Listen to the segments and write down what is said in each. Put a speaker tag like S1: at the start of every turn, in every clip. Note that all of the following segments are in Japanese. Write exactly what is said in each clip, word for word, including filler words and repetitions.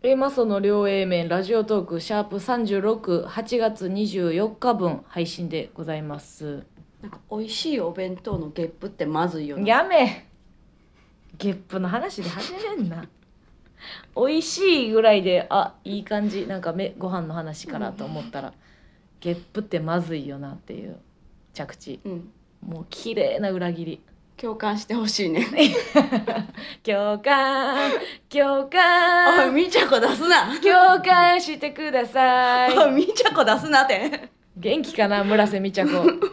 S1: A マソの両 A 面ラジオトークシャープさんじゅうろく、はちがつにじゅうよっかぶん配信でございます。
S2: なんか美味しいお弁当のゲップってまずいよな。
S1: やめゲップの話で始めんな美味しいぐらいであいい感じなんかめご飯の話からと思ったら、ゲップってまずいよなっていう着地、
S2: うん、
S1: もう綺麗な裏切り。
S2: 共感してほしいね
S1: 共感共感
S2: おいみちゃこ出すな
S1: 共感してください
S2: おいみちゃこ出すなって
S1: 元気かな村瀬美茶子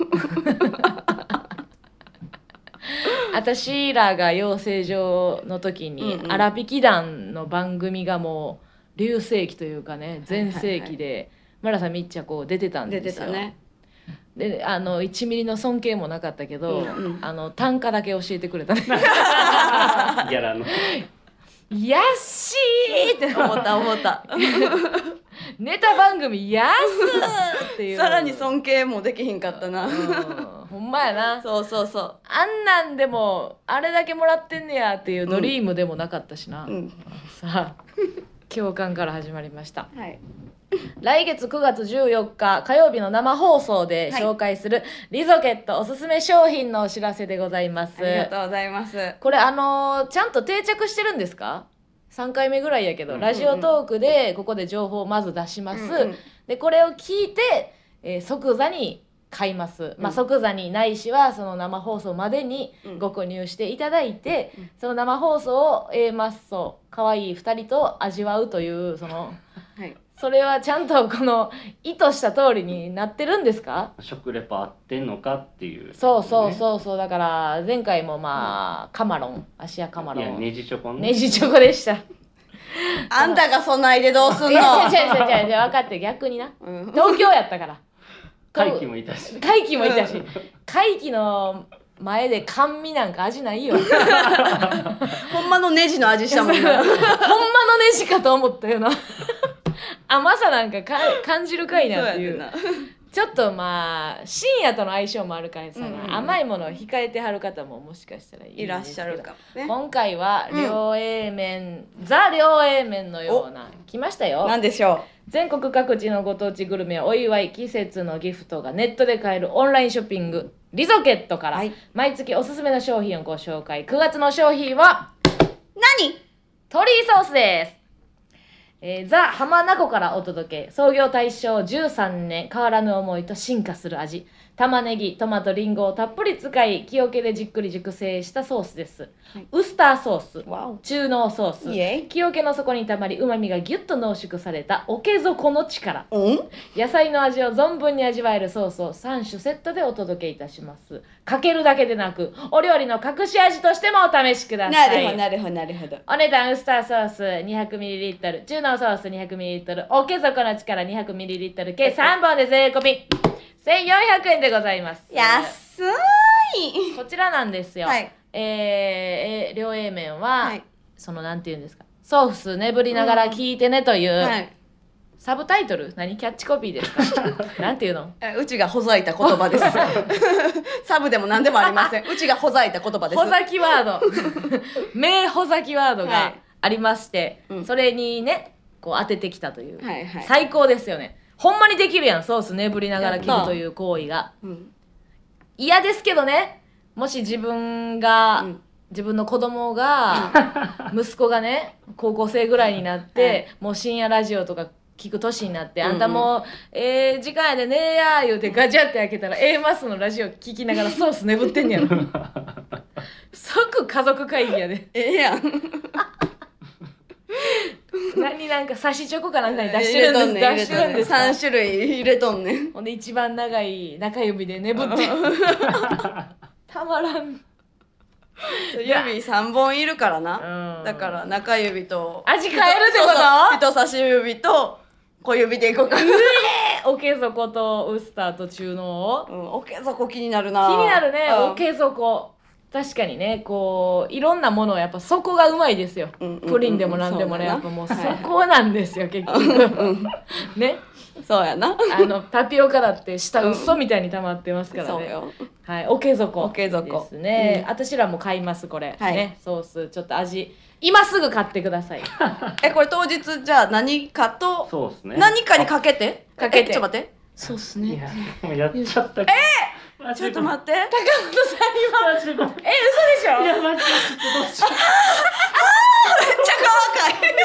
S1: 私らが養成所の時に、うんうん、荒引き団の番組がもう隆盛期というかね全盛期で、はいはいはい、村瀬美茶子出てたんですよ。出てたね。であのいちミリの尊敬もなかったけど、うんうん、あの単価だけ教えてくれたねギ
S3: ャラの
S1: やっしーって
S2: 思った思った
S1: ネタ番組やすっていう
S2: さらに尊敬もできひんかったな、うん、
S1: ほんまやな。
S2: そうそうそう、
S1: あんなんでもあれだけもらってんねやっていうドリームでもなかったしな、うん、さあ共感から始まりました、はい、来月くがつじゅうよっか火曜日の生放送で紹介するリゾケットおすすめ商品のお知らせでございます。
S2: ありがとうございます。
S1: これあのー、ちゃんと定着してるんですか？さんかいめぐらいやけど、うんうんうん、ラジオトークでここで情報をまず出します、うんうん、でこれを聞いて、えー、即座に買います、うん、まあ、即座にないしはその生放送までにご購入していただいて、うん、その生放送を A マッソかわいいふたりと味わうというその、はい、それはちゃんとこの意図した通りになってるんですか？
S3: 食レポ合ってんのかっていう、ね、
S1: そうそうそうそう。だから前回もまあ、うん、カマロン芦屋カマロン、いや
S3: ネジチョコね、
S1: ネジチョコでした
S2: あんたがそないでどうすんの？い
S1: や違う違う違う違う分かって逆にな、うん、東京やったから
S3: 怪奇もいたし
S1: 怪奇もいたし怪奇の前で甘味なんか味ないよ
S2: ほんまのネジの味したもんなほんまのネ
S1: ジかと思ったよな甘さなんかか感じるかいなっていうちょっとまあ深夜との相性もあるからさ、うんうん、甘いものを控えてはる方ももしかしたら い, い,
S2: いらっしゃるかもね。
S1: 今回は両 A 面、うん、ザ両 A 面のような来ましたよ。
S2: 何でしょ
S1: う？全国各地のご当地グルメお祝い季節のギフトがネットで買えるオンラインショッピングリゾケットから、はい、毎月おすすめの商品をご紹介。くがつの商品は
S2: 何？
S1: トリーソースです。えー、ザ・浜名湖からお届け。創業大正じゅうさんねん、変わらぬ思いと進化する味。玉ねぎ、トマト、リンゴをたっぷり使い木桶でじっくり熟成したソースです、はい、ウスターソース、中濃ソース、木桶の底にたまりうまみがギュッと濃縮された桶底の力、うん、野菜の味を存分に味わえるソースをさん種セットでお届けいたします。かけるだけでなくお料理の隠し味としてもお試しください。
S2: なるほどなるほどなるほど。
S1: お値段ウスターソース にひゃくミリリットル、 中濃ソース にひゃくミリリットル、 桶底の力 にひゃくミリリットル 計さんぼんで税込みせんよんひゃくえんでございます。
S2: 安い。
S1: こちらなんですよ、はい、えー、両 A 面は、はい、そのなんていうんですか、ソース眠りながら聞いてねという、うんはい、サブタイトル何キャッチコピーですかなんていうの？
S2: うちがほざいた言葉ですサブでも何でもありませんうちがほざいた言葉です。
S1: ほざきワード名ほざきワードがありまして、はい、それにねこう当ててきたという、はいはい、最高ですよね。ほんまにできるやん、ソース眠りながら切るという行為が、うん、嫌ですけどね、もし自分が、うん、自分の子供が、うん、息子がね高校生ぐらいになって、はい、もう深夜ラジオとか聞く年になって、うんうん、あんたもうええー、時間やでねえやー言うてガチャって開けたら A マスのラジオ聞きながらソース眠ってんねやろ即家族会議やで
S2: ええやん
S1: 何なんか刺しチョコかなんかに出してるんです、出してるんですか？
S2: さん種類入れとんねん。
S1: ほんで一番長い中指で眠ってたまらん
S2: 指さんぼんいるからな、うん、だから中指と
S1: 味変えるってこと？
S2: 人差し指と小指でいこうか
S1: うえー、桶底とウスターと中濃を、
S2: うん、桶底気になるな。
S1: 気になるね、桶底確かにねこういろんなものはやっぱそこがうまいですよ、うんうんうん、プリンでもなんでもねやっぱもうそこなんですよ、はい、結局ね
S2: そうやな
S1: あのタピオカだって下嘘みたいに溜まってますからね、うん、そうよ、はい、おけ底ですね、うん、私らも買いますこれ、はい、ねソースちょっと味今すぐ買ってください
S2: えこれ当日じゃあ何かと
S3: そうですね
S2: 何かにかけて
S1: かけて
S2: ちょっと待って
S1: そうっすね。
S3: いや、もうやっちゃった。え
S2: ー、ちょっと待って。
S1: 高本さん今。え、嘘でしょ。
S3: いや、マジでちょっとどうしよう。
S2: あー、めっちゃ細かい。そうっすね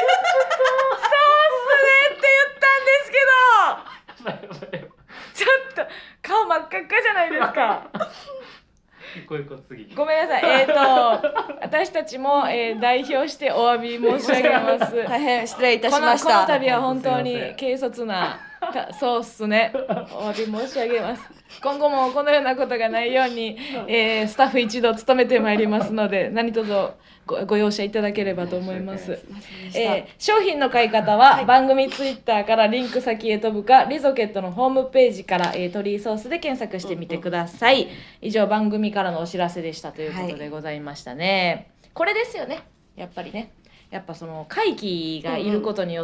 S1: って言ったんですけど。ちょっと顔真っ赤っかじゃないですか。
S3: こういうこと次。
S1: ごめんなさい。えっ、ー、と私たちも、えー、代表してお詫び申し上げます。
S2: 大変失礼いたしました。
S1: この、この度は本当に軽率な。そうっすねお詫び申し上げます。今後もこのようなことがないように、えー、スタッフ一同務めてまいりますので何卒 ご, ご容赦いただければと思います、えー、商品の買い方は、はい、番組ツイッターからリンク先へ飛ぶかリゾケットのホームページから、えー、トリーソースで検索してみてください、うんうん、以上番組からのお知らせでしたということでございましたね、はい、これですよねやっぱりねやっぱその会期がいることによって、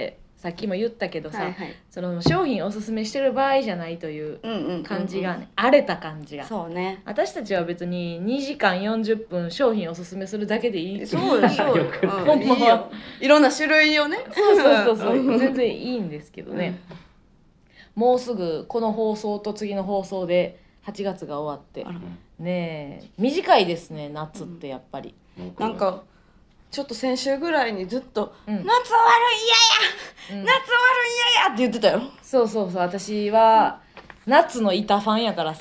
S1: うんうんさっきも言ったけどさ、はいはい、その商品おすすめしてる場合じゃないという感じがね、うんうんうんうん、荒れた感じが
S2: そうね
S1: 私たちは別ににじかんよんじゅっぷん商品おすすめするだけでいい
S2: そうよそうよ、うん、いいよいろんな種類をね
S1: そうそうそうそう全然いいんですけどね、うん、もうすぐこの放送と次の放送ではちがつが終わってねえ短いですね夏ってやっぱり、
S2: うん、なんかちょっと先週ぐらいにずっと、うん、夏終わるん嫌や、うん、夏終わるん嫌やって言ってたよ。
S1: そうそうそう私は夏の板ファンやからさ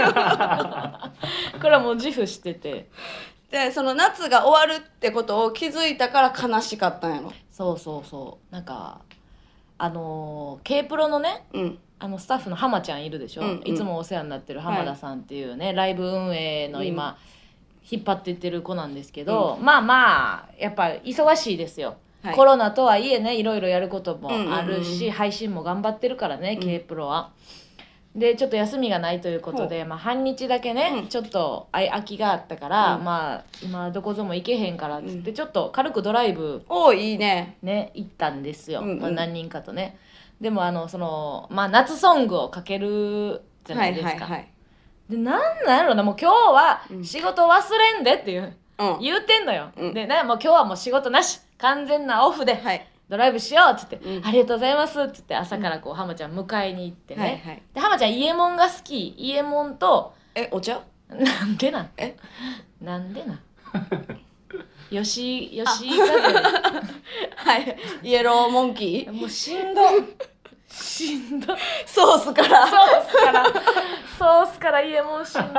S1: これはもう自負してて
S2: でその夏が終わるってことを気づいたから悲しかったんやろ。
S1: そうそうそうなんかあの K プロのね、うん、あのスタッフの浜ちゃんいるでしょ、うんうん、いつもお世話になってる浜田さんっていうね、はい、ライブ運営の今、うん引っ張っていってる子なんですけど、うん、まあまあやっぱ忙しいですよ、はい、コロナとはいえねいろいろやることもあるし、うんうんうん、配信も頑張ってるからね、うん、K プロはでちょっと休みがないということで、まあ、半日だけね、うん、ちょっと空きがあったから、うん、まあ今どこぞも行けへんからっつって、うん、ちょっと軽くドライブ
S2: おいいね
S1: ね行ったんですよ、うんうん、何人かとねでもあのその、まあ、夏ソングをかけるじゃないですか、はいはいはいでなんなんやろなもう今日は仕事忘れんでっていう、うん、言うてんのよ、うん、でねもう今日はもう仕事なし完全なオフでドライブしようって言って、うん、ありがとうございますって言って朝からこう、うん、浜ちゃん迎えに行ってね、はいはい、で浜ちゃん伊右衛門が好き伊右衛門と
S2: えお茶
S1: なんでなんえなんでなん吉吉風
S2: はいイエローモンキー
S1: もうしんどしんど
S2: ソースから
S1: ソースからソースから家もしんど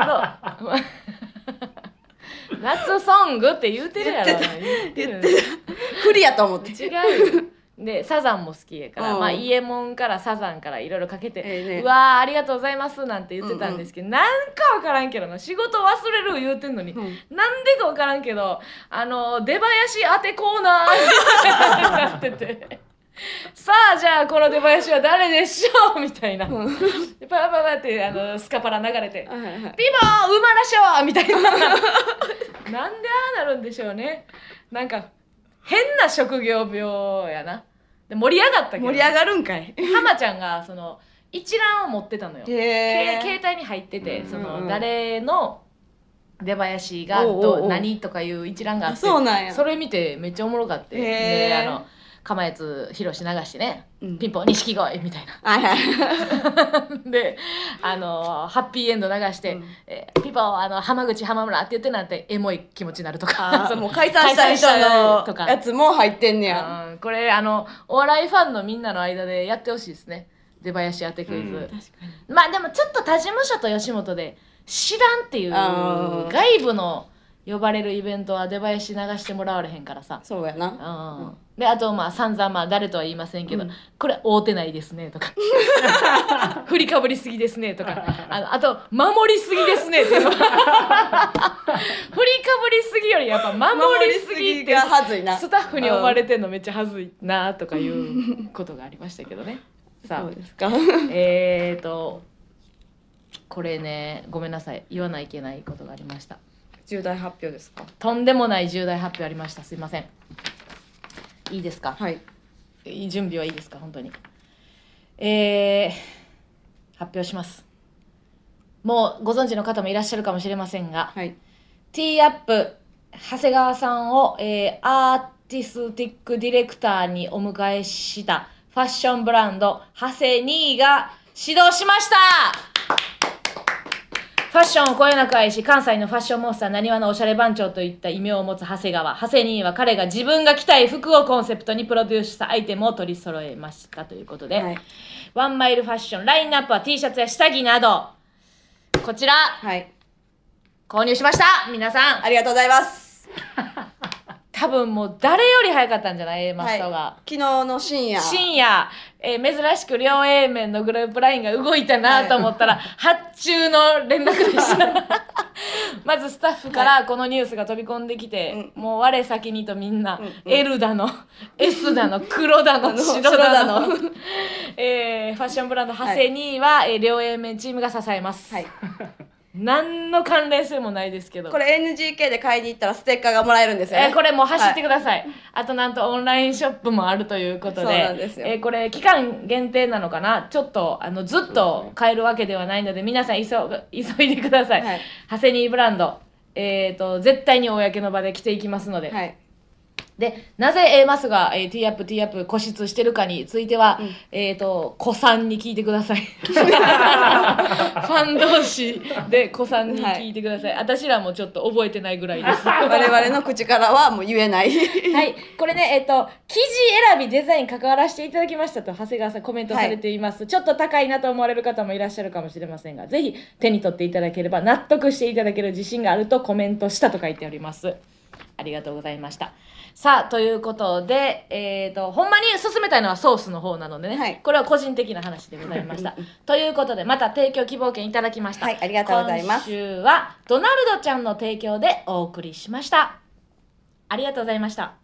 S1: 夏ソングって言うてるやろ言って
S2: る不利やと思って
S1: 違うでサザンも好きやから、まあ、イエモンからサザンからいろいろかけて、えーね、うわーありがとうございますなんて言ってたんですけど、うんうん、なんか分からんけどな仕事忘れる言うてんのに、うん、なんでか分からんけどあの出囃子当てコーナーになっててさあじゃあこの出囃子は誰でしょうみたいな、うん、でパパパってあのスカパラ流れて、はいはいはい、ピボー馬らしょみたいななんでああなるんでしょうねなんか変な職業病やなで盛り上がったけど
S2: 盛り上がるんかい
S1: 浜ちゃんがその一覧を持ってたのよ携帯に入ってて、うんうんうん、その誰の出囃子がど何とかいう一覧があって
S2: そうなんや
S1: それ見てめっちゃおもろかってであの釜谷ひろし流してね、うん、ピンポン錦鯉みたいなはいはいであのハッピーエンド流して、うんえー、ピンポンあの浜口浜村って言ってなんてエモい気持ちになるとか
S2: そのもう解散した人のやつも入ってんねや、
S1: うん、これあのお笑いファンのみんなの間でやってほしいですね出囃子当てクイズ、うん、確かにまあでもちょっと他事務所と吉本で知らんっていう外部の呼ばれるイベントは出囃子流してもらわれへんからさ
S2: そうやな、
S1: うんうん、であとまあ散々まあ誰とは言いませんけど、うん、これ合うてないですねとか振りかぶりすぎですねとかあのあと守りすぎですねっていう振りかぶりすぎよりやっぱ守りすぎって
S2: がはずいな
S1: スタッフに思われてんのめっちゃはずいなとかいうことがありましたけどねさあ
S2: そうですか
S1: えーとこれねごめんなさい言わないといけないことがありました
S2: 重大発表ですか？
S1: とんでもない重大発表ありました。すいません。いいですか？
S2: はい。
S1: 準備はいいですか？本当に。えー、発表します。もうご存知の方もいらっしゃるかもしれませんが、
S2: はい、
S1: ティーアップ長谷川さんを、えー、アーティスティックディレクターにお迎えしたファッションブランド長谷にが始動しました。ファッションをこよなく愛し、関西のファッションモンスターなにわのおしゃれ番長といった異名を持つ長谷川長谷には、彼が自分が着たい服をコンセプトにプロデュースしたアイテムを取り揃えましたということで、はい、ワンマイルファッションラインナップは T シャツや下着など、こちら、はい、購入しました。皆さん
S2: ありがとうございます。
S1: 多分もう誰より早かったんじゃない？マストが、
S2: はい、昨日の深夜
S1: 深夜、えー、珍しく両 A 面のグループラインが動いたなと思ったら、はい、発注の連絡でしたまずスタッフからこのニュースが飛び込んできて、はい、もう我先にとみんな、うんうん、L だの S だの黒だの白だのえー、ファッションブランド長谷には、はい、えー、両 A 面チームが支えます、はい、何の関連性もないですけど、
S2: これ エヌジーケー で買いに行ったらステッカーがもらえるんですよね。
S1: えー、これもう走ってください、はい、あとなんとオンラインショップもあるということで、そうなんですよ。えー、これ期間限定なのかな、ちょっとあのずっと買えるわけではないので、皆さん急急いでください、はい、長谷にブランド、えーと絶対に公の場で着ていきますので、はい、でなぜ A マスが、えー、ティーアップティーアップ固執してるかについては、うん、えっ、ー、と子さんに聞いてくださいファン同士で子さんに聞いてください、はい、私らもちょっと覚えてないぐらいです
S2: 我々の口からはもう言えない
S1: はい、これね、えっ、ー、と生地選びデザイン関わらせていただきましたと長谷川さんコメントされています、はい、ちょっと高いなと思われる方もいらっしゃるかもしれませんが、ぜひ手に取っていただければ、納得していただける自信があるとコメントしたと書いております。ありがとうございました。さあということで、えーと、ほんまに勧めたいのはソースの方なのでね、はい、これは個人的な話でございましたということで、また提供希望券いただきました。
S2: はい、ありがとうございます。
S1: 今週はドナルドちゃんの提供でお送りしました。ありがとうございました。